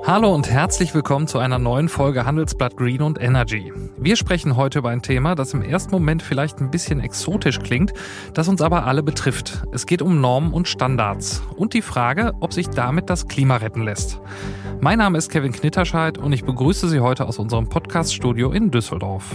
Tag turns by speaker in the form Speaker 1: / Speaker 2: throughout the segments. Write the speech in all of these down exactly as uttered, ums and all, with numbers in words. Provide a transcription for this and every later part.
Speaker 1: Hallo und herzlich willkommen zu einer neuen Folge Handelsblatt Green und Energy. Wir sprechen heute über ein Thema, das im ersten Moment vielleicht ein bisschen exotisch klingt, das uns aber alle betrifft. Es geht um Normen und Standards und die Frage, ob sich damit das Klima retten lässt. Mein Name ist Kevin Knitterscheid und ich begrüße Sie heute aus unserem Podcast-Studio in Düsseldorf.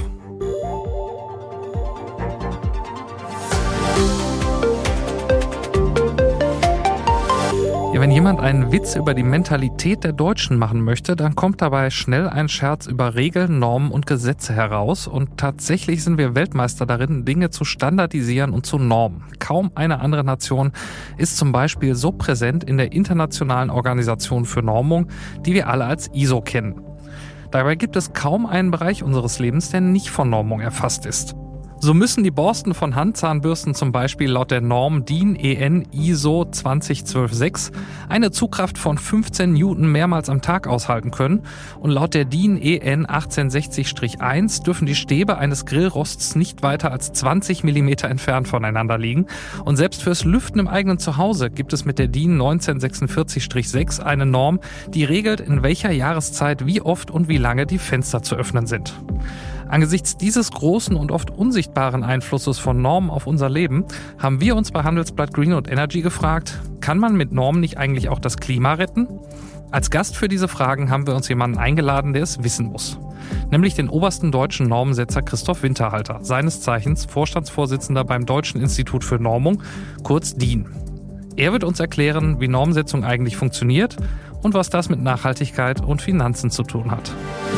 Speaker 1: Wenn jemand einen Witz über die Mentalität der Deutschen machen möchte, dann kommt dabei schnell ein Scherz über Regeln, Normen und Gesetze heraus. Und tatsächlich sind wir Weltmeister darin, Dinge zu standardisieren und zu normen. Kaum eine andere Nation ist zum Beispiel so präsent in der Internationalen Organisation für Normung, die wir alle als I S O kennen. Dabei gibt es kaum einen Bereich unseres Lebens, der nicht von Normung erfasst ist. So müssen die Borsten von Handzahnbürsten zum Beispiel laut der Norm D I N E N I S O zwanzig zwölf sechs eine Zugkraft von fünfzehn Newton mehrmals am Tag aushalten können und laut der D I N E N achtzehn-sechzig eins dürfen die Stäbe eines Grillrosts nicht weiter als zwanzig Millimeter entfernt voneinander liegen und selbst fürs Lüften im eigenen Zuhause gibt es mit der D I N neunzehnhundertsechsundvierzig sechs eine Norm, die regelt, in welcher Jahreszeit wie oft und wie lange die Fenster zu öffnen sind. Angesichts dieses großen und oft unsichtbaren Einflusses von Normen auf unser Leben haben wir uns bei Handelsblatt Green und Energy gefragt, kann man mit Normen nicht eigentlich auch das Klima retten? Als Gast für diese Fragen haben wir uns jemanden eingeladen, der es wissen muss. Nämlich den obersten deutschen Normensetzer Christoph Winterhalter, seines Zeichens Vorstandsvorsitzender beim Deutschen Institut für Normung, kurz D I N. Er wird uns erklären, wie Normsetzung eigentlich funktioniert und was das mit Nachhaltigkeit und Finanzen zu tun hat.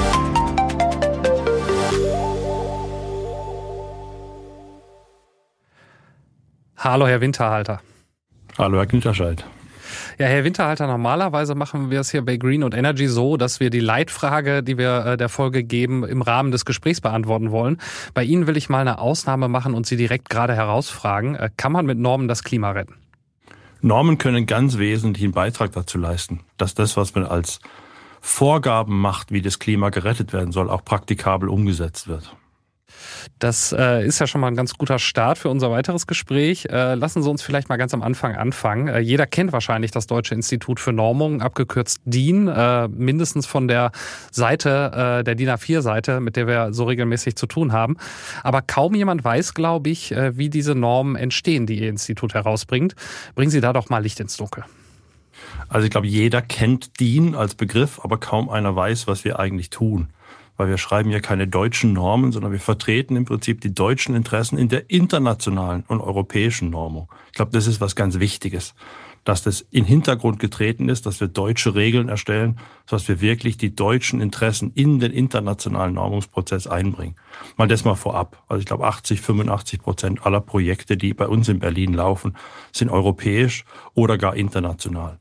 Speaker 1: Hallo, Herr Winterhalter.
Speaker 2: Hallo, Herr Knitterscheid.
Speaker 1: Ja, Herr Winterhalter, normalerweise machen wir es hier bei Green und Energy so, dass wir die Leitfrage, die wir äh, der Folge geben, im Rahmen des Gesprächs beantworten wollen. Bei Ihnen will ich mal eine Ausnahme machen und Sie direkt gerade herausfragen. Äh, kann man mit Normen das Klima retten?
Speaker 2: Normen können ganz wesentlich einen Beitrag dazu leisten, dass das, was man als Vorgaben macht, wie das Klima gerettet werden soll, auch praktikabel umgesetzt wird.
Speaker 1: Das äh, ist ja schon mal ein ganz guter Start für unser weiteres Gespräch. Äh, lassen Sie uns vielleicht mal ganz am Anfang anfangen. Äh, jeder kennt wahrscheinlich das Deutsche Institut für Normung, abgekürzt D I N, äh, mindestens von der Seite, äh, der D I N A vier Seite, mit der wir so regelmäßig zu tun haben. Aber kaum jemand weiß, glaube ich, äh, wie diese Normen entstehen, die Ihr Institut herausbringt. Bringen Sie da doch mal Licht ins Dunkel.
Speaker 2: Also ich glaube, jeder kennt D I N als Begriff, aber kaum einer weiß, was wir eigentlich tun. Weil wir schreiben ja keine deutschen Normen, sondern wir vertreten im Prinzip die deutschen Interessen in der internationalen und europäischen Normung. Ich glaube, das ist was ganz Wichtiges, dass das in den Hintergrund getreten ist, dass wir deutsche Regeln erstellen, sodass wir wirklich die deutschen Interessen in den internationalen Normungsprozess einbringen. Mal das mal vorab. Also ich glaube, achtzig, fünfundachtzig Prozent aller Projekte, die bei uns in Berlin laufen, sind europäisch oder gar international.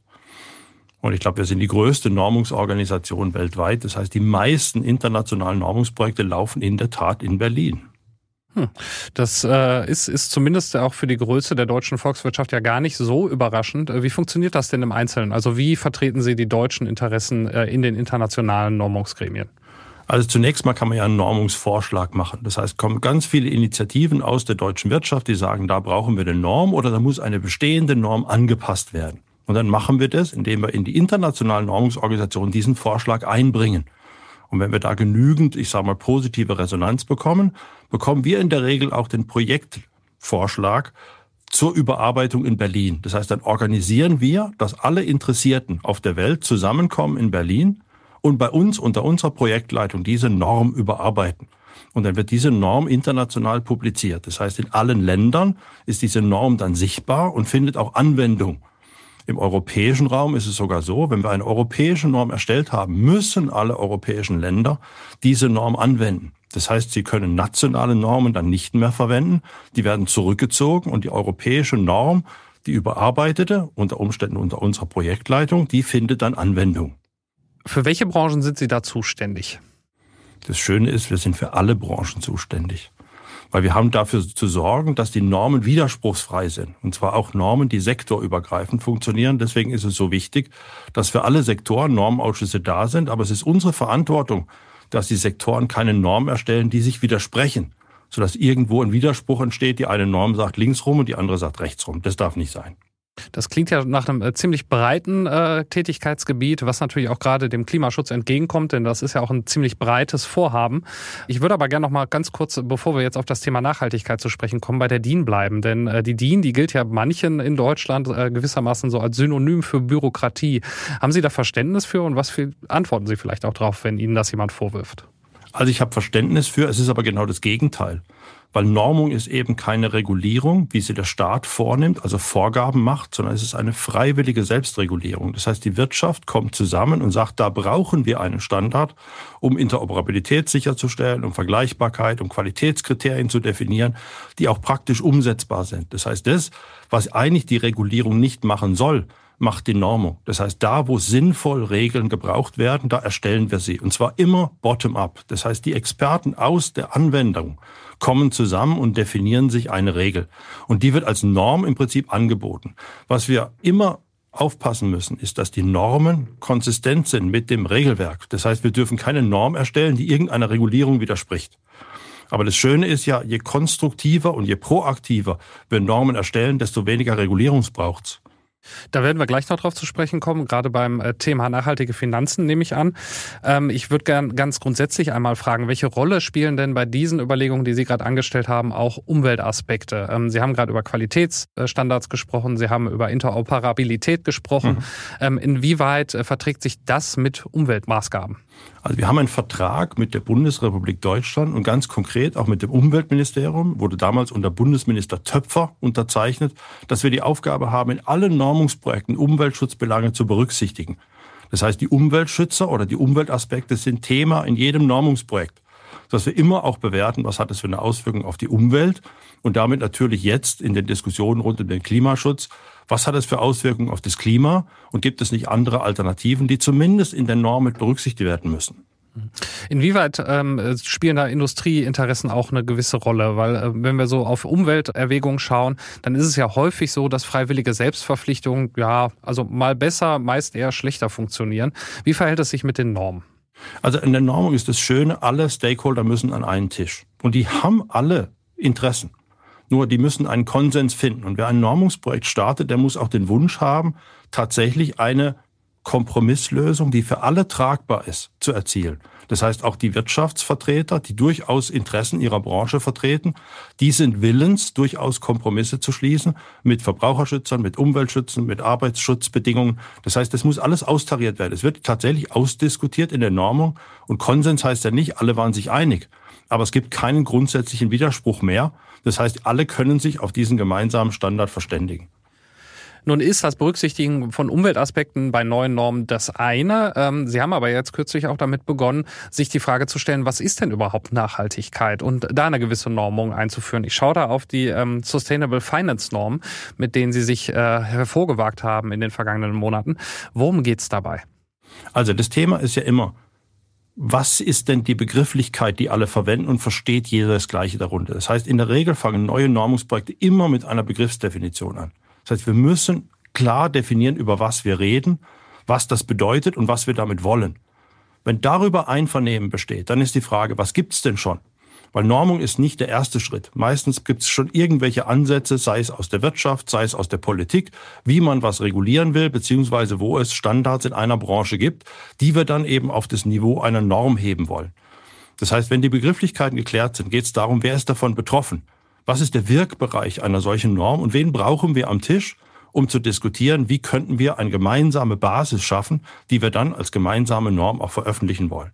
Speaker 2: Und ich glaube, wir sind die größte Normungsorganisation weltweit. Das heißt, die meisten internationalen Normungsprojekte laufen in der Tat in Berlin.
Speaker 1: Hm. Das äh, ist, ist zumindest auch für die Größe der deutschen Volkswirtschaft ja gar nicht so überraschend. Wie funktioniert das denn im Einzelnen? Also wie vertreten Sie die deutschen Interessen äh, in den internationalen Normungsgremien?
Speaker 2: Also zunächst mal kann man ja einen Normungsvorschlag machen. Das heißt, kommen ganz viele Initiativen aus der deutschen Wirtschaft, die sagen, da brauchen wir eine Norm oder da muss eine bestehende Norm angepasst werden. Und dann machen wir das, indem wir in die internationalen Normungsorganisationen diesen Vorschlag einbringen. Und wenn wir da genügend, ich sage mal, positive Resonanz bekommen, bekommen wir in der Regel auch den Projektvorschlag zur Überarbeitung in Berlin. Das heißt, dann organisieren wir, dass alle Interessierten auf der Welt zusammenkommen in Berlin und bei uns unter unserer Projektleitung diese Norm überarbeiten. Und dann wird diese Norm international publiziert. Das heißt, in allen Ländern ist diese Norm dann sichtbar und findet auch Anwendung. Im europäischen Raum ist es sogar so, wenn wir eine europäische Norm erstellt haben, müssen alle europäischen Länder diese Norm anwenden. Das heißt, sie können nationale Normen dann nicht mehr verwenden, die werden zurückgezogen und die europäische Norm, die überarbeitete, unter Umständen unter unserer Projektleitung, die findet dann Anwendung.
Speaker 1: Für welche Branchen sind Sie da zuständig?
Speaker 2: Das Schöne ist, wir sind für alle Branchen zuständig. Weil wir haben dafür zu sorgen, dass die Normen widerspruchsfrei sind. Und zwar auch Normen, die sektorübergreifend funktionieren. Deswegen ist es so wichtig, dass für alle Sektoren Normausschüsse da sind. Aber es ist unsere Verantwortung, dass die Sektoren keine Normen erstellen, die sich widersprechen. Sodass irgendwo ein Widerspruch entsteht. Die eine Norm sagt links rum und die andere sagt rechts rum. Das darf nicht sein.
Speaker 1: Das klingt ja nach einem ziemlich breiten äh, Tätigkeitsgebiet, was natürlich auch gerade dem Klimaschutz entgegenkommt, denn das ist ja auch ein ziemlich breites Vorhaben. Ich würde aber gerne noch mal ganz kurz, bevor wir jetzt auf das Thema Nachhaltigkeit zu sprechen kommen, bei der D I N bleiben. Denn äh, die D I N, die gilt ja manchen in Deutschland äh, gewissermaßen so als Synonym für Bürokratie. Haben Sie da Verständnis für und was für, antworten Sie vielleicht auch drauf, wenn Ihnen das jemand vorwirft?
Speaker 2: Also ich habe Verständnis für, es ist aber genau das Gegenteil. Weil Normung ist eben keine Regulierung, wie sie der Staat vornimmt, also Vorgaben macht, sondern es ist eine freiwillige Selbstregulierung. Das heißt, die Wirtschaft kommt zusammen und sagt, da brauchen wir einen Standard, um Interoperabilität sicherzustellen, um Vergleichbarkeit, um Qualitätskriterien zu definieren, die auch praktisch umsetzbar sind. Das heißt, das, was eigentlich die Regulierung nicht machen soll, macht die Normung. Das heißt, da, wo sinnvoll Regeln gebraucht werden, da erstellen wir sie. Und zwar immer bottom-up. Das heißt, die Experten aus der Anwendung kommen zusammen und definieren sich eine Regel. Und die wird als Norm im Prinzip angeboten. Was wir immer aufpassen müssen, ist, dass die Normen konsistent sind mit dem Regelwerk. Das heißt, wir dürfen keine Norm erstellen, die irgendeiner Regulierung widerspricht. Aber das Schöne ist ja, je konstruktiver und je proaktiver wir Normen erstellen, desto weniger Regulierung braucht's.
Speaker 1: Da werden wir gleich noch drauf zu sprechen kommen, gerade beim Thema nachhaltige Finanzen nehme ich an. Ähm, ich würde gern ganz grundsätzlich einmal fragen, welche Rolle spielen denn bei diesen Überlegungen, die Sie gerade angestellt haben, auch Umweltaspekte? Ähm, Sie haben gerade über Qualitätsstandards gesprochen, Sie haben über Interoperabilität gesprochen. Mhm. Ähm, inwieweit äh, verträgt sich das mit Umweltmaßgaben?
Speaker 2: Also wir haben einen Vertrag mit der Bundesrepublik Deutschland und ganz konkret auch mit dem Umweltministerium, wurde damals unter Bundesminister Töpfer unterzeichnet, dass wir die Aufgabe haben, in allen Normungsprojekten Umweltschutzbelange zu berücksichtigen. Das heißt, die Umweltschützer oder die Umweltaspekte sind Thema in jedem Normungsprojekt, sodass wir immer auch bewerten, was hat es für eine Auswirkung auf die Umwelt und damit natürlich jetzt in den Diskussionen rund um den Klimaschutz, was hat es für Auswirkungen auf das Klima und gibt es nicht andere Alternativen, die zumindest in der Norm mit berücksichtigt werden müssen?
Speaker 1: Inwieweit ähm, spielen da Industrieinteressen auch eine gewisse Rolle? Weil äh, wenn wir so auf Umwelterwägungen schauen, dann ist es ja häufig so, dass freiwillige Selbstverpflichtungen ja also mal besser, meist eher schlechter funktionieren. Wie verhält es sich mit den Normen?
Speaker 2: Also in der Normung ist das Schöne, alle Stakeholder müssen an einen Tisch. Und die haben alle Interessen. Nur die müssen einen Konsens finden. Und wer ein Normungsprojekt startet, der muss auch den Wunsch haben, tatsächlich eine Kompromisslösung, die für alle tragbar ist, zu erzielen. Das heißt, auch die Wirtschaftsvertreter, die durchaus Interessen ihrer Branche vertreten, die sind willens, durchaus Kompromisse zu schließen mit Verbraucherschützern, mit Umweltschützern, mit Arbeitsschutzbedingungen. Das heißt, das muss alles austariert werden. Es wird tatsächlich ausdiskutiert in der Normung. Und Konsens heißt ja nicht, alle waren sich einig. Aber es gibt keinen grundsätzlichen Widerspruch mehr. Das heißt, alle können sich auf diesen gemeinsamen Standard verständigen.
Speaker 1: Nun ist das Berücksichtigen von Umweltaspekten bei neuen Normen das eine. Sie haben aber jetzt kürzlich auch damit begonnen, sich die Frage zu stellen, was ist denn überhaupt Nachhaltigkeit und da eine gewisse Normung einzuführen. Ich schaue da auf die ähm, Sustainable Finance Norm, mit denen Sie sich äh, hervorgewagt haben in den vergangenen Monaten. Worum geht's dabei?
Speaker 2: Also das Thema ist ja immer, was ist denn die Begrifflichkeit, die alle verwenden und versteht jeder das Gleiche darunter? Das heißt, in der Regel fangen neue Normungsprojekte immer mit einer Begriffsdefinition an. Das heißt, wir müssen klar definieren, über was wir reden, was das bedeutet und was wir damit wollen. Wenn darüber Einvernehmen besteht, dann ist die Frage, was gibt's denn schon? Weil Normung ist nicht der erste Schritt. Meistens gibt es schon irgendwelche Ansätze, sei es aus der Wirtschaft, sei es aus der Politik, wie man was regulieren will, beziehungsweise wo es Standards in einer Branche gibt, die wir dann eben auf das Niveau einer Norm heben wollen. Das heißt, wenn die Begrifflichkeiten geklärt sind, geht es darum, wer ist davon betroffen? Was ist der Wirkbereich einer solchen Norm und wen brauchen wir am Tisch, um zu diskutieren, wie könnten wir eine gemeinsame Basis schaffen, die wir dann als gemeinsame Norm auch veröffentlichen wollen.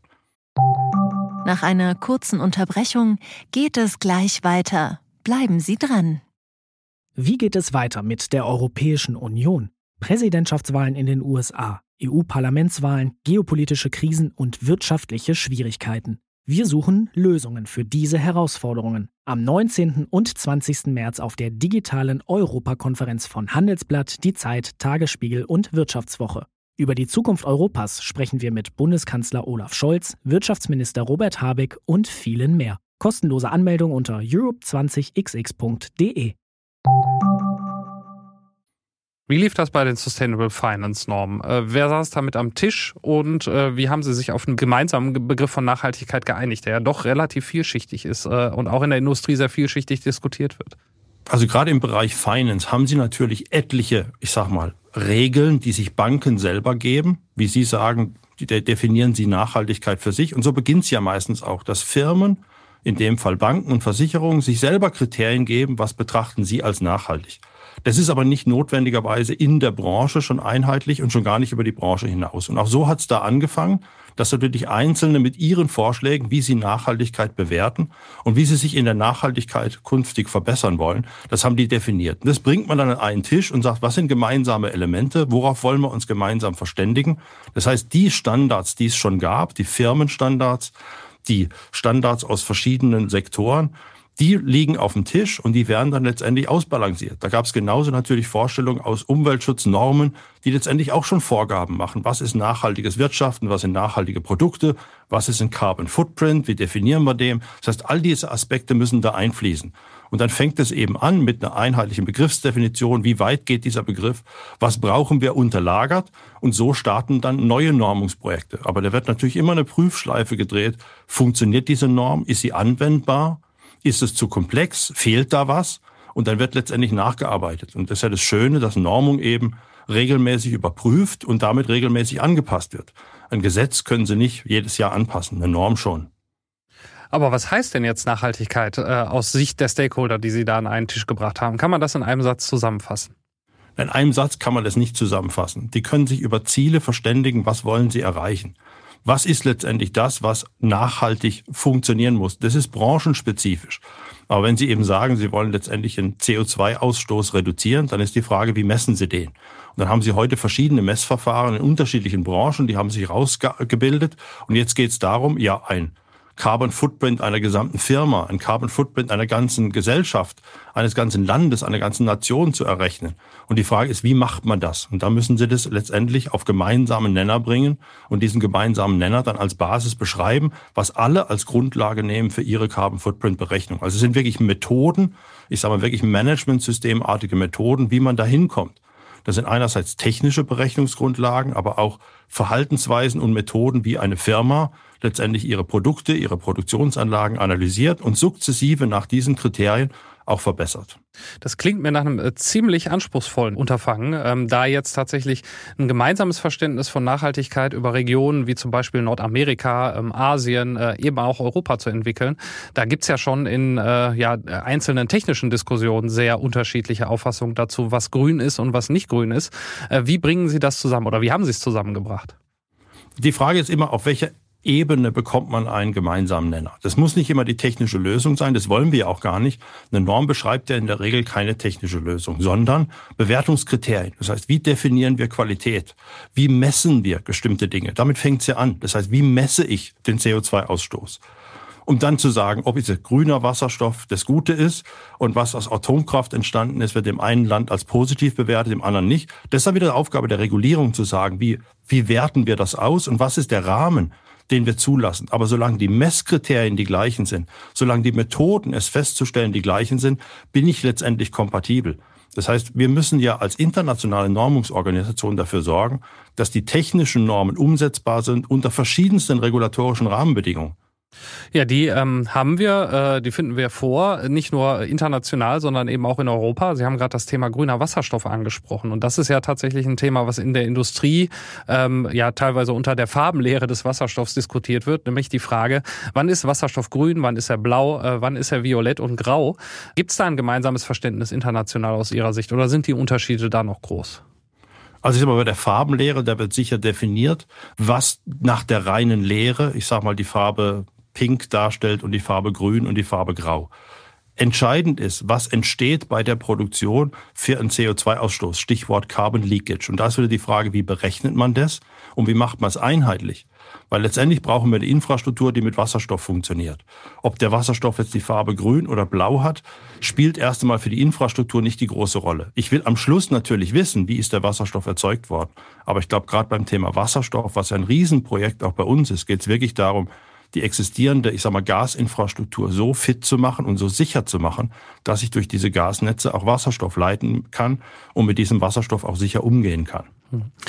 Speaker 3: Nach einer kurzen Unterbrechung geht es gleich weiter. Bleiben Sie dran.
Speaker 4: Wie geht es weiter mit der Europäischen Union? Präsidentschaftswahlen in den U S A, E U-Parlamentswahlen, geopolitische Krisen und wirtschaftliche Schwierigkeiten. Wir suchen Lösungen für diese Herausforderungen. Am neunzehnten und zwanzigsten März auf der digitalen Europakonferenz von Handelsblatt, Die Zeit, Tagesspiegel und Wirtschaftswoche. Über die Zukunft Europas sprechen wir mit Bundeskanzler Olaf Scholz, Wirtschaftsminister Robert Habeck und vielen mehr. Kostenlose Anmeldung unter europe zwanzig x x punkt d e.
Speaker 1: Wie lief das bei den Sustainable Finance Normen? Äh, wer saß damit am Tisch und äh, wie haben Sie sich auf einen gemeinsamen Begriff von Nachhaltigkeit geeinigt, der ja doch relativ vielschichtig ist äh, und auch in der Industrie sehr vielschichtig diskutiert wird?
Speaker 2: Also gerade im Bereich Finance haben Sie natürlich etliche, ich sag mal, Regeln, die sich Banken selber geben. Wie Sie sagen, die definieren Sie Nachhaltigkeit für sich. Und so beginnt es ja meistens auch, dass Firmen, in dem Fall Banken und Versicherungen, sich selber Kriterien geben, was betrachten sie als nachhaltig. Das ist aber nicht notwendigerweise in der Branche schon einheitlich und schon gar nicht über die Branche hinaus. Und auch so hat es da angefangen, dass natürlich Einzelne mit ihren Vorschlägen, wie sie Nachhaltigkeit bewerten und wie sie sich in der Nachhaltigkeit künftig verbessern wollen, das haben die definiert. Und das bringt man dann an einen Tisch und sagt, was sind gemeinsame Elemente, worauf wollen wir uns gemeinsam verständigen? Das heißt, die Standards, die es schon gab, die Firmenstandards, die Standards aus verschiedenen Sektoren, die liegen auf dem Tisch und die werden dann letztendlich ausbalanciert. Da gab es genauso natürlich Vorstellungen aus Umweltschutznormen, die letztendlich auch schon Vorgaben machen. Was ist nachhaltiges Wirtschaften? Was sind nachhaltige Produkte? Was ist ein Carbon Footprint? Wie definieren wir den? Das heißt, all diese Aspekte müssen da einfließen. Und dann fängt es eben an mit einer einheitlichen Begriffsdefinition. Wie weit geht dieser Begriff? Was brauchen wir unterlagert? Und so starten dann neue Normungsprojekte. Aber da wird natürlich immer eine Prüfschleife gedreht. Funktioniert diese Norm? Ist sie anwendbar? Ist es zu komplex? Fehlt da was? Und dann wird letztendlich nachgearbeitet. Und das ist ja das Schöne, dass Normung eben regelmäßig überprüft und damit regelmäßig angepasst wird. Ein Gesetz können Sie nicht jedes Jahr anpassen, eine Norm schon.
Speaker 1: Aber was heißt denn jetzt Nachhaltigkeit äh, aus Sicht der Stakeholder, die Sie da an einen Tisch gebracht haben? Kann man das in einem Satz zusammenfassen?
Speaker 2: In einem Satz kann man das nicht zusammenfassen. Die können sich über Ziele verständigen, was wollen sie erreichen. Was ist letztendlich das, was nachhaltig funktionieren muss? Das ist branchenspezifisch. Aber wenn Sie eben sagen, Sie wollen letztendlich den C O zwei Ausstoß reduzieren, dann ist die Frage, wie messen Sie den? Und dann haben Sie heute verschiedene Messverfahren in unterschiedlichen Branchen, die haben sich rausgebildet. Und jetzt geht es darum, ja, ein Carbon Footprint einer gesamten Firma, ein Carbon Footprint einer ganzen Gesellschaft, eines ganzen Landes, einer ganzen Nation zu errechnen. Und die Frage ist, wie macht man das? Und da müssen Sie das letztendlich auf gemeinsamen Nenner bringen und diesen gemeinsamen Nenner dann als Basis beschreiben, was alle als Grundlage nehmen für ihre Carbon Footprint Berechnung. Also es sind wirklich Methoden, ich sage mal wirklich Managementsystemartige Methoden, wie man da hinkommt. Das sind einerseits technische Berechnungsgrundlagen, aber auch Verhaltensweisen und Methoden, wie eine Firma letztendlich ihre Produkte, ihre Produktionsanlagen analysiert und sukzessive nach diesen Kriterien auch verbessert.
Speaker 1: Das klingt mir nach einem äh, ziemlich anspruchsvollen Unterfangen, ähm, da jetzt tatsächlich ein gemeinsames Verständnis von Nachhaltigkeit über Regionen wie zum Beispiel Nordamerika, ähm, Asien, äh, eben auch Europa zu entwickeln. Da gibt's ja schon in äh, ja, einzelnen technischen Diskussionen sehr unterschiedliche Auffassungen dazu, was grün ist und was nicht grün ist. Äh, wie bringen Sie das zusammen oder wie haben Sie es zusammengebracht?
Speaker 2: Die Frage ist immer, auf welcher Ebene bekommt man einen gemeinsamen Nenner. Das muss nicht immer die technische Lösung sein, das wollen wir ja auch gar nicht. Eine Norm beschreibt ja in der Regel keine technische Lösung, sondern Bewertungskriterien. Das heißt, wie definieren wir Qualität? Wie messen wir bestimmte Dinge? Damit fängt es ja an. Das heißt, wie messe ich den C O zwei Ausstoß? Um dann zu sagen, ob jetzt grüner Wasserstoff das Gute ist und was aus Atomkraft entstanden ist, wird im einen Land als positiv bewertet, im anderen nicht. Das ist dann wieder die Aufgabe der Regulierung zu sagen, wie, wie werten wir das aus und was ist der Rahmen, den wir zulassen. Aber solange die Messkriterien die gleichen sind, solange die Methoden, es festzustellen, die gleichen sind, bin ich letztendlich kompatibel. Das heißt, wir müssen ja als internationale Normungsorganisation dafür sorgen, dass die technischen Normen umsetzbar sind unter verschiedensten regulatorischen Rahmenbedingungen.
Speaker 1: Ja, die ähm, haben wir, äh, die finden wir vor, nicht nur international, sondern eben auch in Europa. Sie haben gerade das Thema grüner Wasserstoff angesprochen und das ist ja tatsächlich ein Thema, was in der Industrie ähm, ja teilweise unter der Farbenlehre des Wasserstoffs diskutiert wird, nämlich die Frage, wann ist Wasserstoff grün, wann ist er blau, äh, wann ist er violett und grau? Gibt es da ein gemeinsames Verständnis international aus Ihrer Sicht oder sind die Unterschiede da noch groß?
Speaker 2: Also ich sag mal, bei der Farbenlehre, da wird sicher definiert, was nach der reinen Lehre, ich sag mal, die Farbe Pink darstellt und die Farbe Grün und die Farbe Grau. Entscheidend ist, was entsteht bei der Produktion für einen C O zwei Ausstoß, Stichwort Carbon Leakage. Und da ist wieder die Frage, wie berechnet man das und wie macht man es einheitlich? Weil letztendlich brauchen wir eine Infrastruktur, die mit Wasserstoff funktioniert. Ob der Wasserstoff jetzt die Farbe Grün oder Blau hat, spielt erst einmal für die Infrastruktur nicht die große Rolle. Ich will am Schluss natürlich wissen, wie ist der Wasserstoff erzeugt worden. Aber ich glaube, gerade beim Thema Wasserstoff, was ein Riesenprojekt auch bei uns ist, geht es wirklich darum, die existierende, ich sag mal, Gasinfrastruktur so fit zu machen und so sicher zu machen, dass ich durch diese Gasnetze auch Wasserstoff leiten kann und mit diesem Wasserstoff auch sicher umgehen kann.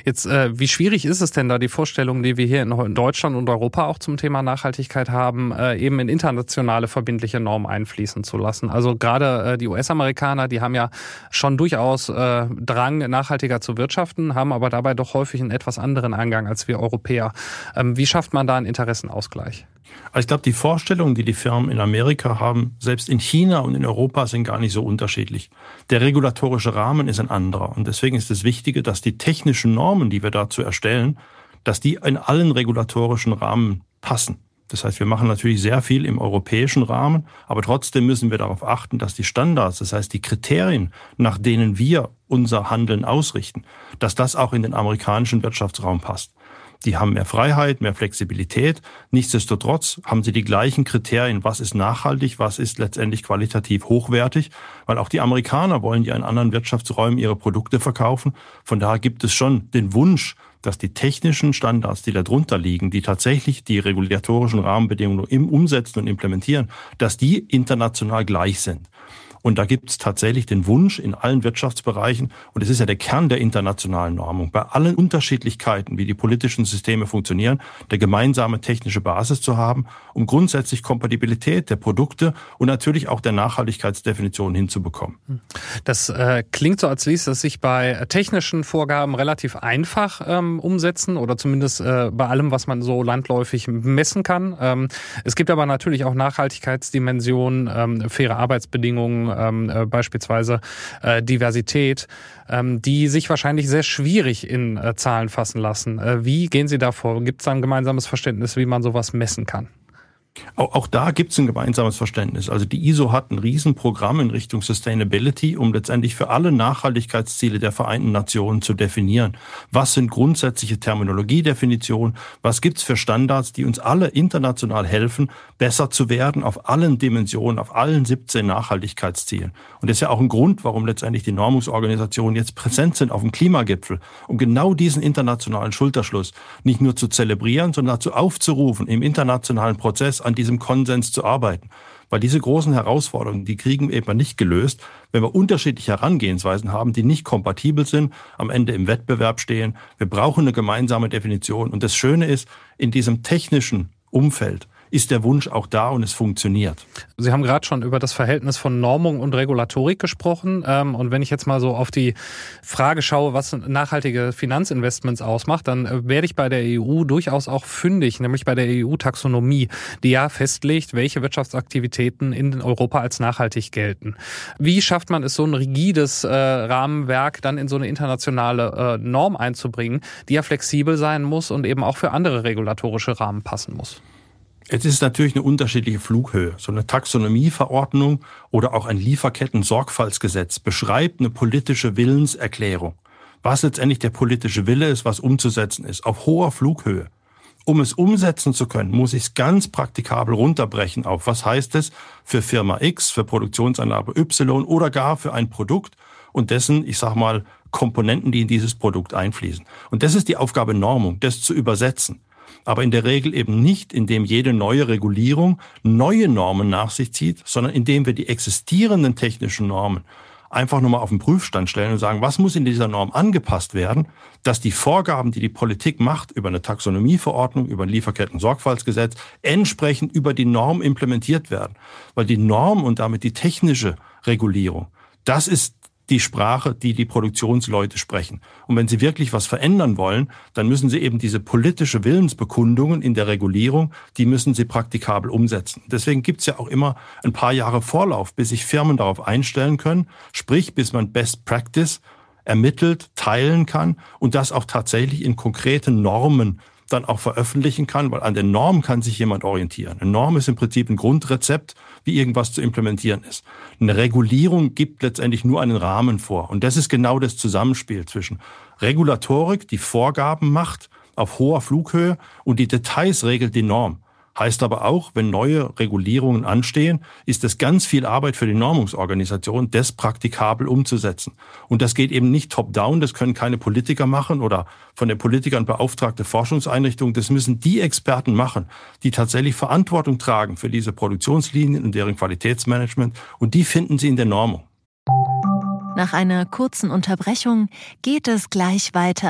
Speaker 1: Jetzt, äh, wie schwierig ist es denn da, die Vorstellungen, die wir hier in Deutschland und Europa auch zum Thema Nachhaltigkeit haben, äh, eben in internationale verbindliche Normen einfließen zu lassen? Also gerade äh, die U S-Amerikaner, die haben ja schon durchaus äh, Drang, nachhaltiger zu wirtschaften, haben aber dabei doch häufig einen etwas anderen Angang als wir Europäer. Ähm, wie schafft man da einen Interessenausgleich?
Speaker 2: Also ich glaube, die Vorstellungen, die die Firmen in Amerika haben, selbst in China und in Europa, sind gar nicht so unterschiedlich. Der regulatorische Rahmen ist ein anderer. Und deswegen ist es wichtig, dass die technischen Normen, die wir dazu erstellen, dass die in allen regulatorischen Rahmen passen. Das heißt, wir machen natürlich sehr viel im europäischen Rahmen, aber trotzdem müssen wir darauf achten, dass die Standards, das heißt die Kriterien, nach denen wir unser Handeln ausrichten, dass das auch in den amerikanischen Wirtschaftsraum passt. Die haben mehr Freiheit, mehr Flexibilität. Nichtsdestotrotz haben sie die gleichen Kriterien. Was ist nachhaltig? Was ist letztendlich qualitativ hochwertig? Weil auch die Amerikaner wollen ja in anderen Wirtschaftsräumen ihre Produkte verkaufen. Von daher gibt es schon den Wunsch, dass die technischen Standards, die da drunter liegen, die tatsächlich die regulatorischen Rahmenbedingungen im Umsetzen und Implementieren, dass die international gleich sind. Und da gibt es tatsächlich den Wunsch in allen Wirtschaftsbereichen, und es ist ja der Kern der internationalen Normung, bei allen Unterschiedlichkeiten, wie die politischen Systeme funktionieren, eine gemeinsame technische Basis zu haben, um grundsätzlich Kompatibilität der Produkte und natürlich auch der Nachhaltigkeitsdefinition hinzubekommen.
Speaker 1: Das äh, klingt so, als ließ es sich bei technischen Vorgaben relativ einfach ähm, umsetzen oder zumindest äh, bei allem, was man so landläufig messen kann. Ähm, es gibt aber natürlich auch Nachhaltigkeitsdimensionen, ähm, faire Arbeitsbedingungen, Ähm, äh, beispielsweise äh, Diversität, ähm, die sich wahrscheinlich sehr schwierig in äh, Zahlen fassen lassen. Äh, wie gehen Sie da vor? Gibt es da ein gemeinsames Verständnis, wie man sowas messen kann?
Speaker 2: Auch, auch da gibt es ein gemeinsames Verständnis. Also die I S O hat ein Riesenprogramm in Richtung Sustainability, um letztendlich für alle Nachhaltigkeitsziele der Vereinten Nationen zu definieren. Was sind grundsätzliche Terminologiedefinitionen? Was gibt's für Standards, die uns alle international helfen, besser zu werden auf allen Dimensionen, auf allen siebzehn Nachhaltigkeitszielen? Und das ist ja auch ein Grund, warum letztendlich die Normungsorganisationen jetzt präsent sind auf dem Klimagipfel, um genau diesen internationalen Schulterschluss nicht nur zu zelebrieren, sondern dazu aufzurufen, im internationalen Prozess an diesem Konsens zu arbeiten. Weil diese großen Herausforderungen, die kriegen wir eben nicht gelöst, wenn wir unterschiedliche Herangehensweisen haben, die nicht kompatibel sind, am Ende im Wettbewerb stehen. Wir brauchen eine gemeinsame Definition. Und das Schöne ist, in diesem technischen Umfeld ist der Wunsch auch da und es funktioniert.
Speaker 1: Sie haben gerade schon über das Verhältnis von Normung und Regulatorik gesprochen. Und wenn ich jetzt mal so auf die Frage schaue, was nachhaltige Finanzinvestments ausmacht, dann werde ich bei der E U durchaus auch fündig, nämlich bei der E U-Taxonomie, die ja festlegt, welche Wirtschaftsaktivitäten in Europa als nachhaltig gelten. Wie schafft man es, so ein rigides äh, Rahmenwerk dann in so eine internationale äh, Norm einzubringen, die ja flexibel sein muss und eben auch für andere regulatorische Rahmen passen muss?
Speaker 2: Es ist natürlich eine unterschiedliche Flughöhe. So eine Taxonomieverordnung oder auch ein Lieferketten-Sorgfaltsgesetz beschreibt eine politische Willenserklärung. Was letztendlich der politische Wille ist, was umzusetzen ist, auf hoher Flughöhe. Um es umsetzen zu können, muss ich es ganz praktikabel runterbrechen auf, was heißt es für Firma X, für Produktionsanlage Y oder gar für ein Produkt und dessen, ich sag mal, Komponenten, die in dieses Produkt einfließen. Und das ist die Aufgabe Normung, das zu übersetzen. Aber in der Regel eben nicht, indem jede neue Regulierung neue Normen nach sich zieht, sondern indem wir die existierenden technischen Normen einfach nochmal auf den Prüfstand stellen und sagen, was muss in dieser Norm angepasst werden, dass die Vorgaben, die die Politik macht, über eine Taxonomieverordnung, über ein Lieferketten-Sorgfaltsgesetz, entsprechend über die Norm implementiert werden. Weil die Norm und damit die technische Regulierung, das ist die Sprache, die die Produktionsleute sprechen. Und wenn sie wirklich was verändern wollen, dann müssen sie eben diese politische Willensbekundungen in der Regulierung, die müssen sie praktikabel umsetzen. Deswegen gibt's ja auch immer ein paar Jahre Vorlauf, bis sich Firmen darauf einstellen können, sprich bis man Best Practice ermittelt, teilen kann und das auch tatsächlich in konkreten Normen dann auch veröffentlichen kann, weil an der Norm kann sich jemand orientieren. Eine Norm ist im Prinzip ein Grundrezept, wie irgendwas zu implementieren ist. Eine Regulierung gibt letztendlich nur einen Rahmen vor. Und das ist genau das Zusammenspiel zwischen Regulatorik, die Vorgaben macht auf hoher Flughöhe und die Details regelt die Norm. Heißt aber auch, wenn neue Regulierungen anstehen, ist es ganz viel Arbeit für die Normungsorganisation, das praktikabel umzusetzen. Und das geht eben nicht top-down, das können keine Politiker machen oder von den Politikern beauftragte Forschungseinrichtungen. Das müssen die Experten machen, die tatsächlich Verantwortung tragen für diese Produktionslinien und deren Qualitätsmanagement. Und die finden Sie in der Normung.
Speaker 3: Nach einer kurzen Unterbrechung geht es gleich weiter.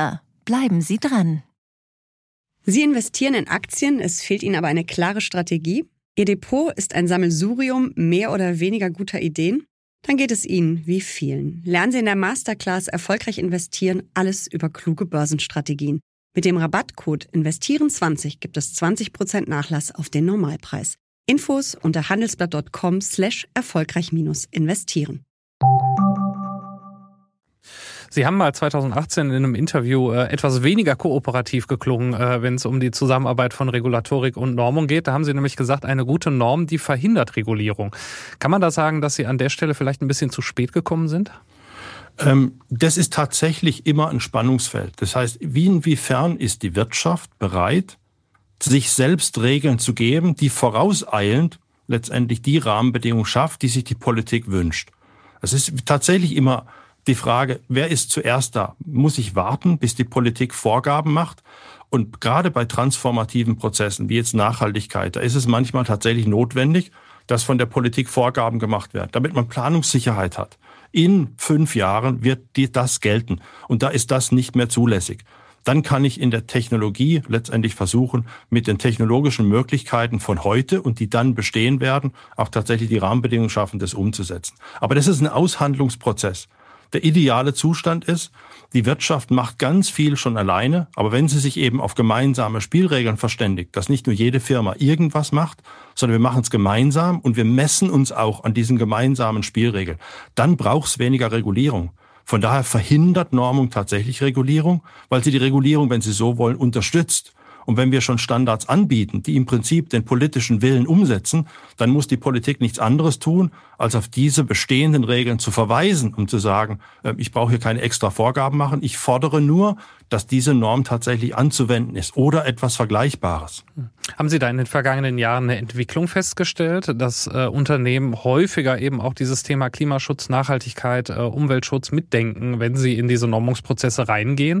Speaker 3: Bleiben Sie dran.
Speaker 5: Sie investieren in Aktien, es fehlt Ihnen aber eine klare Strategie. Ihr Depot ist ein Sammelsurium mehr oder weniger guter Ideen. Dann geht es Ihnen wie vielen. Lernen Sie in der Masterclass Erfolgreich investieren, alles über kluge Börsenstrategien. Mit dem Rabattcode investieren zwanzig gibt es zwanzig Prozent Nachlass auf den Normalpreis. Infos unter handelsblatt punkt com slash erfolgreich investieren.
Speaker 1: Sie haben mal zweitausendachtzehn in einem Interview äh, etwas weniger kooperativ geklungen, äh, wenn es um die Zusammenarbeit von Regulatorik und Normung geht. Da haben Sie nämlich gesagt, eine gute Norm, die verhindert Regulierung. Kann man da sagen, dass Sie an der Stelle vielleicht ein bisschen zu spät gekommen sind?
Speaker 2: Ähm, das ist tatsächlich immer ein Spannungsfeld. Das heißt, wie inwiefern ist die Wirtschaft bereit, sich selbst Regeln zu geben, die vorauseilend letztendlich die Rahmenbedingungen schafft, die sich die Politik wünscht. Es ist tatsächlich immer die Frage, wer ist zuerst da? Muss ich warten, bis die Politik Vorgaben macht? Und gerade bei transformativen Prozessen, wie jetzt Nachhaltigkeit, da ist es manchmal tatsächlich notwendig, dass von der Politik Vorgaben gemacht werden, damit man Planungssicherheit hat. In fünf Jahren wird das gelten. Und da ist das nicht mehr zulässig. Dann kann ich in der Technologie letztendlich versuchen, mit den technologischen Möglichkeiten von heute und die dann bestehen werden, auch tatsächlich die Rahmenbedingungen schaffen, das umzusetzen. Aber das ist ein Aushandlungsprozess. Der ideale Zustand ist, die Wirtschaft macht ganz viel schon alleine, aber wenn sie sich eben auf gemeinsame Spielregeln verständigt, dass nicht nur jede Firma irgendwas macht, sondern wir machen es gemeinsam und wir messen uns auch an diesen gemeinsamen Spielregeln, dann braucht es weniger Regulierung. Von daher verhindert Normung tatsächlich Regulierung, weil sie die Regulierung, wenn Sie so wollen, unterstützt. Und wenn wir schon Standards anbieten, die im Prinzip den politischen Willen umsetzen, dann muss die Politik nichts anderes tun, als auf diese bestehenden Regeln zu verweisen, um zu sagen, ich brauche hier keine extra Vorgaben machen, ich fordere nur, dass diese Norm tatsächlich anzuwenden ist oder etwas Vergleichbares.
Speaker 1: Haben Sie da in den vergangenen Jahren eine Entwicklung festgestellt, dass äh, Unternehmen häufiger eben auch dieses Thema Klimaschutz, Nachhaltigkeit, äh, Umweltschutz mitdenken, wenn sie in diese Normungsprozesse reingehen?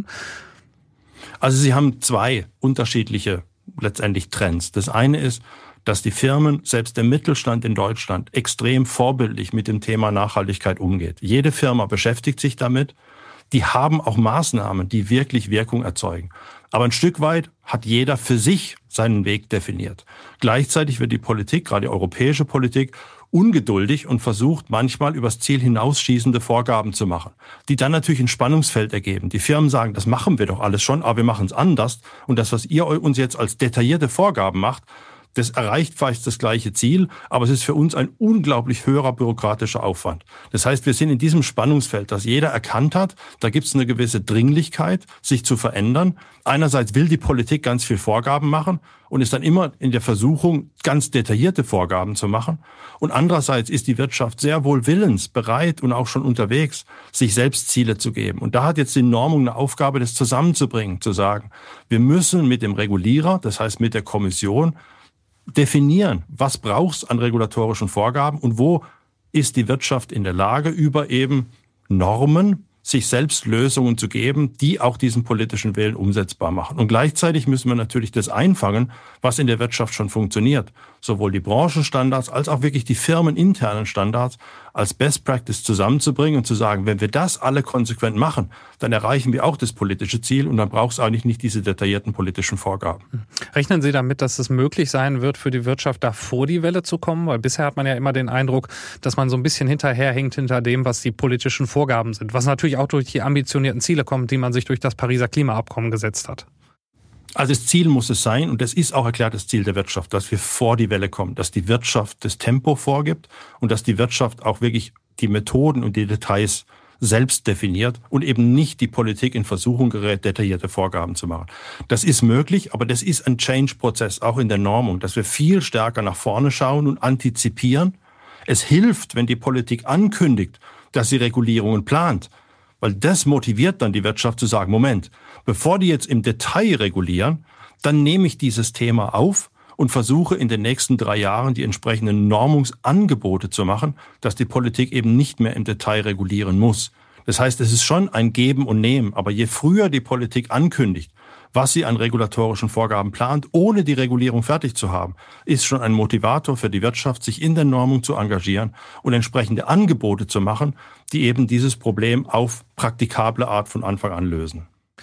Speaker 2: Also Sie haben zwei unterschiedliche letztendlich Trends. Das eine ist, dass die Firmen, selbst der Mittelstand in Deutschland, extrem vorbildlich mit dem Thema Nachhaltigkeit umgeht. Jede Firma beschäftigt sich damit. Die haben auch Maßnahmen, die wirklich Wirkung erzeugen. Aber ein Stück weit hat jeder für sich seinen Weg definiert. Gleichzeitig wird die Politik, gerade die europäische Politik, ungeduldig und versucht manchmal übers Ziel hinausschießende Vorgaben zu machen, die dann natürlich ein Spannungsfeld ergeben. Die Firmen sagen, das machen wir doch alles schon, aber wir machen es anders. Und das, was ihr uns jetzt als detaillierte Vorgaben macht, das erreicht vielleicht das gleiche Ziel, aber es ist für uns ein unglaublich höherer bürokratischer Aufwand. Das heißt, wir sind in diesem Spannungsfeld, dass jeder erkannt hat, da gibt es eine gewisse Dringlichkeit, sich zu verändern. Einerseits will die Politik ganz viel Vorgaben machen und ist dann immer in der Versuchung, ganz detaillierte Vorgaben zu machen. Und andererseits ist die Wirtschaft sehr wohl willens, bereit und auch schon unterwegs, sich selbst Ziele zu geben. Und da hat jetzt die Normung eine Aufgabe, das zusammenzubringen, zu sagen, wir müssen mit dem Regulierer, das heißt mit der Kommission, definieren, was brauchst an regulatorischen Vorgaben und wo ist die Wirtschaft in der Lage, über eben Normen sich selbst Lösungen zu geben, die auch diesen politischen Willen umsetzbar machen. Und gleichzeitig müssen wir natürlich das einfangen, was in der Wirtschaft schon funktioniert. Sowohl die Branchenstandards als auch wirklich die firmeninternen Standards als Best Practice zusammenzubringen und zu sagen, wenn wir das alle konsequent machen, dann erreichen wir auch das politische Ziel und dann braucht es eigentlich nicht diese detaillierten politischen Vorgaben.
Speaker 1: Rechnen Sie damit, dass es möglich sein wird, für die Wirtschaft da vor die Welle zu kommen? Weil bisher hat man ja immer den Eindruck, dass man so ein bisschen hinterherhinkt hinter dem, was die politischen Vorgaben sind. Was natürlich auch durch die ambitionierten Ziele kommt, die man sich durch das Pariser Klimaabkommen gesetzt hat.
Speaker 2: Also das Ziel muss es sein, und das ist auch erklärtes Ziel der Wirtschaft, dass wir vor die Welle kommen, dass die Wirtschaft das Tempo vorgibt und dass die Wirtschaft auch wirklich die Methoden und die Details selbst definiert und eben nicht die Politik in Versuchung gerät, detaillierte Vorgaben zu machen. Das ist möglich, aber das ist ein Change-Prozess, auch in der Normung, dass wir viel stärker nach vorne schauen und antizipieren. Es hilft, wenn die Politik ankündigt, dass sie Regulierungen plant, weil das motiviert dann die Wirtschaft zu sagen, Moment, bevor die jetzt im Detail regulieren, dann nehme ich dieses Thema auf und versuche in den nächsten drei Jahren die entsprechenden Normungsangebote zu machen, dass die Politik eben nicht mehr im Detail regulieren muss. Das heißt, es ist schon ein Geben und Nehmen, aber je früher die Politik ankündigt, was sie an regulatorischen Vorgaben plant, ohne die Regulierung fertig zu haben, ist schon ein Motivator für die Wirtschaft, sich in der Normung zu engagieren und entsprechende Angebote zu machen, die eben dieses Problem auf praktikable Art von Anfang an lösen.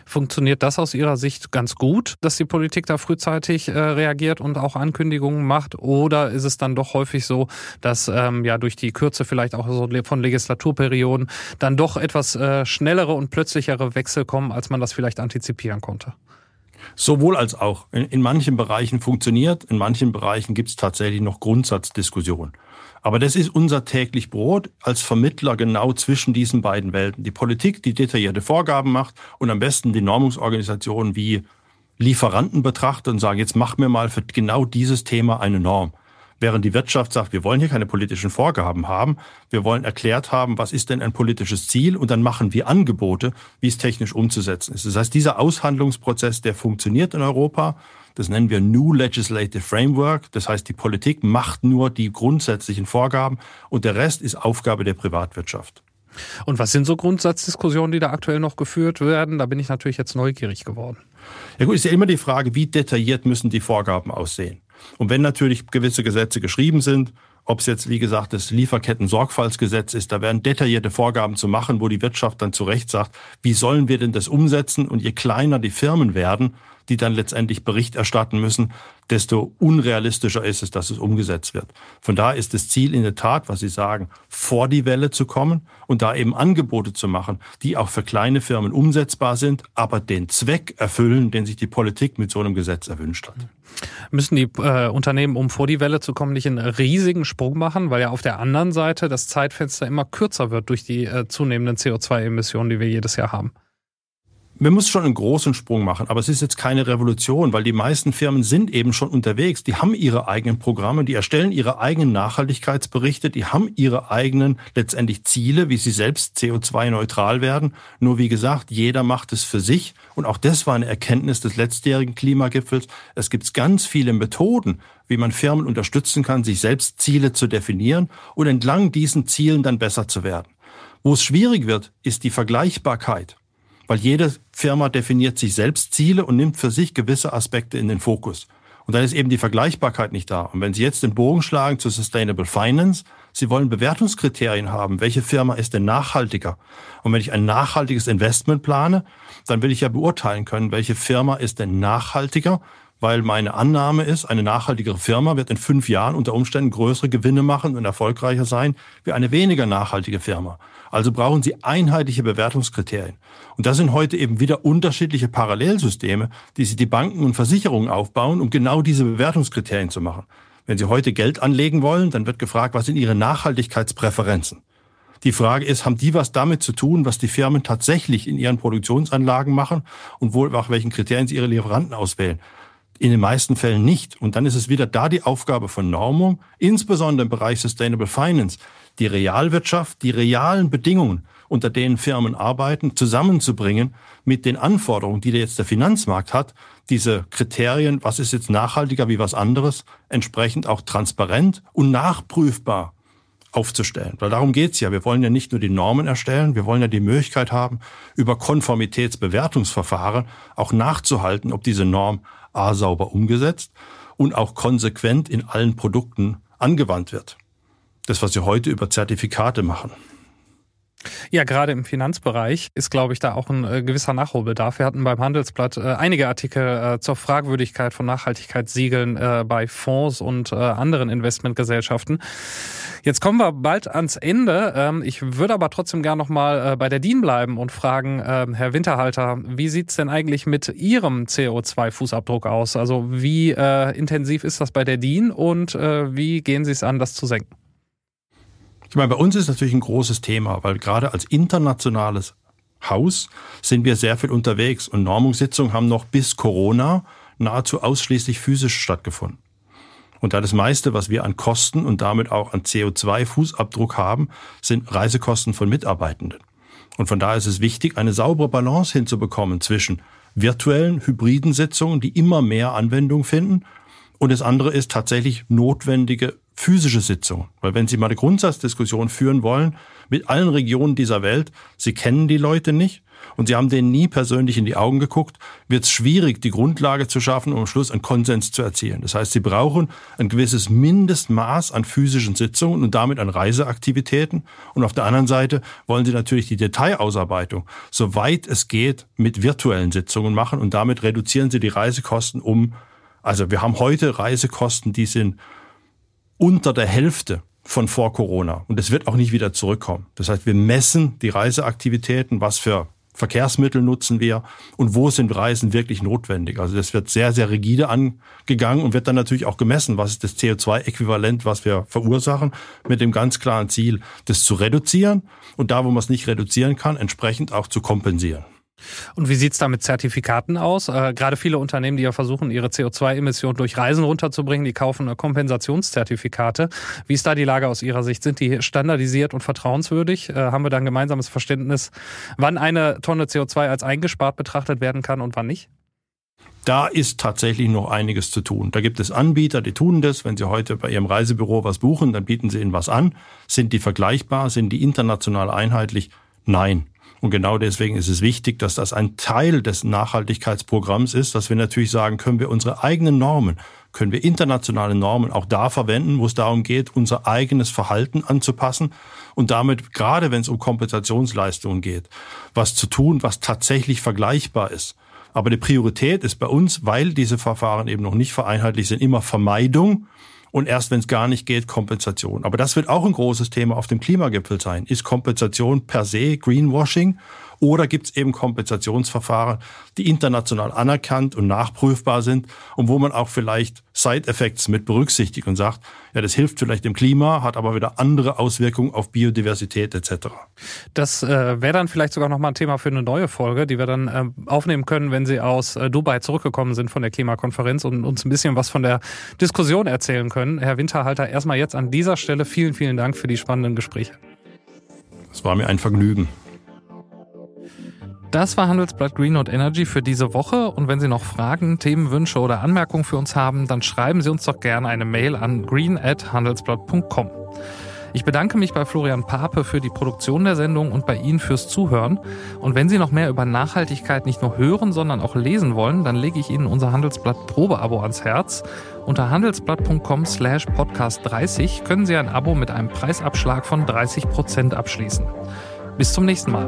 Speaker 1: Funktioniert das aus Ihrer Sicht ganz gut, dass die Politik da frühzeitig äh, reagiert und auch Ankündigungen macht? Oder ist es dann doch häufig so, dass ähm, ja durch die Kürze vielleicht auch so von Legislaturperioden dann doch etwas äh, schnellere und plötzlichere Wechsel kommen, als man das vielleicht antizipieren konnte?
Speaker 2: Sowohl als auch. In, in manchen Bereichen funktioniert, in manchen Bereichen gibt es tatsächlich noch Grundsatzdiskussionen. Aber das ist unser täglich Brot als Vermittler genau zwischen diesen beiden Welten. Die Politik, die detaillierte Vorgaben macht und am besten die Normungsorganisationen wie Lieferanten betrachtet und sagen, jetzt mach mir mal für genau dieses Thema eine Norm. Während die Wirtschaft sagt, wir wollen hier keine politischen Vorgaben haben, wir wollen erklärt haben, was ist denn ein politisches Ziel und dann machen wir Angebote, wie es technisch umzusetzen ist. Das heißt, dieser Aushandlungsprozess, der funktioniert in Europa, das nennen wir New Legislative Framework, das heißt, die Politik macht nur die grundsätzlichen Vorgaben und der Rest ist Aufgabe der Privatwirtschaft.
Speaker 1: Und was sind so Grundsatzdiskussionen, die da aktuell noch geführt werden? Da bin ich natürlich jetzt neugierig geworden.
Speaker 2: Ja gut, ist ja immer die Frage, wie detailliert müssen die Vorgaben aussehen? Und wenn natürlich gewisse Gesetze geschrieben sind, ob es jetzt, wie gesagt, das Lieferketten-Sorgfaltsgesetz ist, da werden detaillierte Vorgaben zu machen, wo die Wirtschaft dann zu Recht sagt, wie sollen wir denn das umsetzen? Und je kleiner die Firmen werden, die dann letztendlich Bericht erstatten müssen, desto unrealistischer ist es, dass es umgesetzt wird. Von daher ist das Ziel in der Tat, was Sie sagen, vor die Welle zu kommen und da eben Angebote zu machen, die auch für kleine Firmen umsetzbar sind, aber den Zweck erfüllen, den sich die Politik mit so einem Gesetz erwünscht hat.
Speaker 1: Müssen die äh, Unternehmen, um vor die Welle zu kommen, nicht einen riesigen Sprung machen, weil ja auf der anderen Seite das Zeitfenster immer kürzer wird durch die äh, zunehmenden C O zwei Emissionen, die wir jedes Jahr haben?
Speaker 2: Man muss schon einen großen Sprung machen, aber es ist jetzt keine Revolution, weil die meisten Firmen sind eben schon unterwegs. Die haben ihre eigenen Programme, die erstellen ihre eigenen Nachhaltigkeitsberichte, die haben ihre eigenen letztendlich Ziele, wie sie selbst C O zwei neutral werden. Nur wie gesagt, jeder macht es für sich. Und auch das war eine Erkenntnis des letztjährigen Klimagipfels. Es gibt ganz viele Methoden, wie man Firmen unterstützen kann, sich selbst Ziele zu definieren und entlang diesen Zielen dann besser zu werden. Wo es schwierig wird, ist die Vergleichbarkeit. Weil jede Firma definiert sich selbst Ziele und nimmt für sich gewisse Aspekte in den Fokus. Und dann ist eben die Vergleichbarkeit nicht da. Und wenn Sie jetzt den Bogen schlagen zu Sustainable Finance, Sie wollen Bewertungskriterien haben. Welche Firma ist denn nachhaltiger? Und wenn ich ein nachhaltiges Investment plane, dann will ich ja beurteilen können, welche Firma ist denn nachhaltiger, weil meine Annahme ist, eine nachhaltigere Firma wird in fünf Jahren unter Umständen größere Gewinne machen und erfolgreicher sein wie eine weniger nachhaltige Firma. Also brauchen Sie einheitliche Bewertungskriterien. Und das sind heute eben wieder unterschiedliche Parallelsysteme, die sich die Banken und Versicherungen aufbauen, um genau diese Bewertungskriterien zu machen. Wenn Sie heute Geld anlegen wollen, dann wird gefragt, was sind Ihre Nachhaltigkeitspräferenzen? Die Frage ist, haben die was damit zu tun, was die Firmen tatsächlich in ihren Produktionsanlagen machen und wohl nach welchen Kriterien sie ihre Lieferanten auswählen? In den meisten Fällen nicht. Und dann ist es wieder da die Aufgabe von Normung, insbesondere im Bereich Sustainable Finance, die Realwirtschaft, die realen Bedingungen, unter denen Firmen arbeiten, zusammenzubringen mit den Anforderungen, die jetzt der Finanzmarkt hat, diese Kriterien, was ist jetzt nachhaltiger wie was anderes, entsprechend auch transparent und nachprüfbar aufzustellen. Weil darum geht's ja. Wir wollen ja nicht nur die Normen erstellen, wir wollen ja die Möglichkeit haben, über Konformitätsbewertungsverfahren auch nachzuhalten, ob diese Norm A sauber umgesetzt und auch konsequent in allen Produkten angewandt wird. Das, was wir heute über Zertifikate machen.
Speaker 1: Ja, gerade im Finanzbereich ist, glaube ich, da auch ein äh, gewisser Nachholbedarf. Wir hatten beim Handelsblatt äh, einige Artikel äh, zur Fragwürdigkeit von Nachhaltigkeitssiegeln äh, bei Fonds und äh, anderen Investmentgesellschaften. Jetzt kommen wir bald ans Ende. Ähm, ich würde aber trotzdem gerne noch mal äh, bei der D I N bleiben und fragen, äh, Herr Winterhalter, wie sieht's denn eigentlich mit Ihrem C O zwei Fußabdruck aus? Also wie äh, intensiv ist das bei der D I N und äh, wie gehen Sie es an, das zu senken?
Speaker 2: Ich meine, bei uns ist natürlich ein großes Thema, weil gerade als internationales Haus sind wir sehr viel unterwegs und Normungssitzungen haben noch bis Corona nahezu ausschließlich physisch stattgefunden. Und da das meiste, was wir an Kosten und damit auch an C O zwei Fußabdruck haben, sind Reisekosten von Mitarbeitenden. Und von daher ist es wichtig, eine saubere Balance hinzubekommen zwischen virtuellen, hybriden Sitzungen, die immer mehr Anwendung finden, und das andere ist tatsächlich notwendige physische Sitzungen. Weil wenn Sie mal eine Grundsatzdiskussion führen wollen mit allen Regionen dieser Welt, Sie kennen die Leute nicht und Sie haben denen nie persönlich in die Augen geguckt, wird es schwierig, die Grundlage zu schaffen, um am Schluss einen Konsens zu erzielen. Das heißt, Sie brauchen ein gewisses Mindestmaß an physischen Sitzungen und damit an Reiseaktivitäten. Und auf der anderen Seite wollen Sie natürlich die Detailausarbeitung, soweit es geht, mit virtuellen Sitzungen machen und damit reduzieren Sie die Reisekosten um. Also wir haben heute Reisekosten, die sind unter der Hälfte von vor Corona. Und es wird auch nicht wieder zurückkommen. Das heißt, wir messen die Reiseaktivitäten, was für Verkehrsmittel nutzen wir und wo sind Reisen wirklich notwendig. Also das wird sehr, sehr rigide angegangen und wird dann natürlich auch gemessen, was ist das C O zwei Äquivalent, was wir verursachen, mit dem ganz klaren Ziel, das zu reduzieren und da, wo man es nicht reduzieren kann, entsprechend auch zu kompensieren.
Speaker 1: Und wie sieht's da mit Zertifikaten aus? Äh, gerade viele Unternehmen, die ja versuchen, ihre C O zwei Emissionen durch Reisen runterzubringen, die kaufen Kompensationszertifikate. Wie ist da die Lage aus Ihrer Sicht? Sind die standardisiert und vertrauenswürdig? Äh, haben wir da ein gemeinsames Verständnis, wann eine Tonne C O zwei als eingespart betrachtet werden kann und wann nicht?
Speaker 2: Da ist tatsächlich noch einiges zu tun. Da gibt es Anbieter, die tun das. Wenn Sie heute bei Ihrem Reisebüro was buchen, dann bieten Sie Ihnen was an. Sind die vergleichbar? Sind die international einheitlich? Nein. Und genau deswegen ist es wichtig, dass das ein Teil des Nachhaltigkeitsprogramms ist, dass wir natürlich sagen, können wir unsere eigenen Normen, können wir internationale Normen auch da verwenden, wo es darum geht, unser eigenes Verhalten anzupassen und damit, gerade wenn es um Kompensationsleistungen geht, was zu tun, was tatsächlich vergleichbar ist. Aber die Priorität ist bei uns, weil diese Verfahren eben noch nicht vereinheitlicht sind, immer Vermeidung. Und erst wenn es gar nicht geht, Kompensation. Aber das wird auch ein großes Thema auf dem Klimagipfel sein. Ist Kompensation per se Greenwashing oder gibt es eben Kompensationsverfahren, die international anerkannt und nachprüfbar sind und wo man auch vielleicht Side-Effects mit berücksichtigt und sagt, ja, das hilft vielleicht dem Klima, hat aber wieder andere Auswirkungen auf Biodiversität et cetera.
Speaker 1: Das äh, wäre dann vielleicht sogar nochmal ein Thema für eine neue Folge, die wir dann äh, aufnehmen können, wenn Sie aus äh, Dubai zurückgekommen sind von der Klimakonferenz und uns ein bisschen was von der Diskussion erzählen können. Herr Winterhalter, erstmal jetzt an dieser Stelle vielen, vielen Dank für die spannenden Gespräche.
Speaker 2: Es war mir ein Vergnügen.
Speaker 1: Das war Handelsblatt Green und Energy für diese Woche. Und wenn Sie noch Fragen, Themenwünsche oder Anmerkungen für uns haben, dann schreiben Sie uns doch gerne eine Mail an green at handelsblatt punkt com. Ich bedanke mich bei Florian Pape für die Produktion der Sendung und bei Ihnen fürs Zuhören. Und wenn Sie noch mehr über Nachhaltigkeit nicht nur hören, sondern auch lesen wollen, dann lege ich Ihnen unser Handelsblatt Probeabo ans Herz. Unter handelsblatt punkt com slash podcast dreißig können Sie ein Abo mit einem Preisabschlag von dreißig Prozent abschließen. Bis zum nächsten Mal.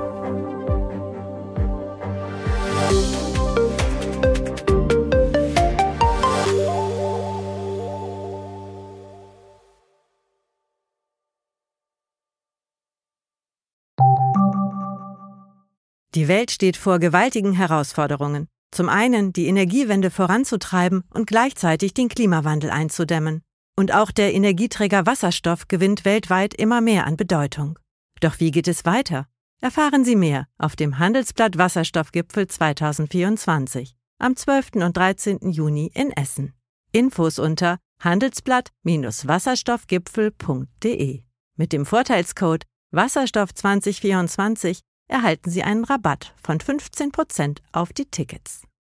Speaker 6: Die Welt steht vor gewaltigen Herausforderungen. Zum einen die Energiewende voranzutreiben und gleichzeitig den Klimawandel einzudämmen. Und auch der Energieträger Wasserstoff gewinnt weltweit immer mehr an Bedeutung. Doch wie geht es weiter? Erfahren Sie mehr auf dem Handelsblatt Wasserstoffgipfel zwanzig vierundzwanzig am zwölften und dreizehnten Juni in Essen. Infos unter handelsblatt Bindestrich wasserstoffgipfel punkt de. Mit dem Vorteilscode Wasserstoff zwanzig vierundzwanzig erhalten Sie einen Rabatt von fünfzehn Prozent auf die Tickets.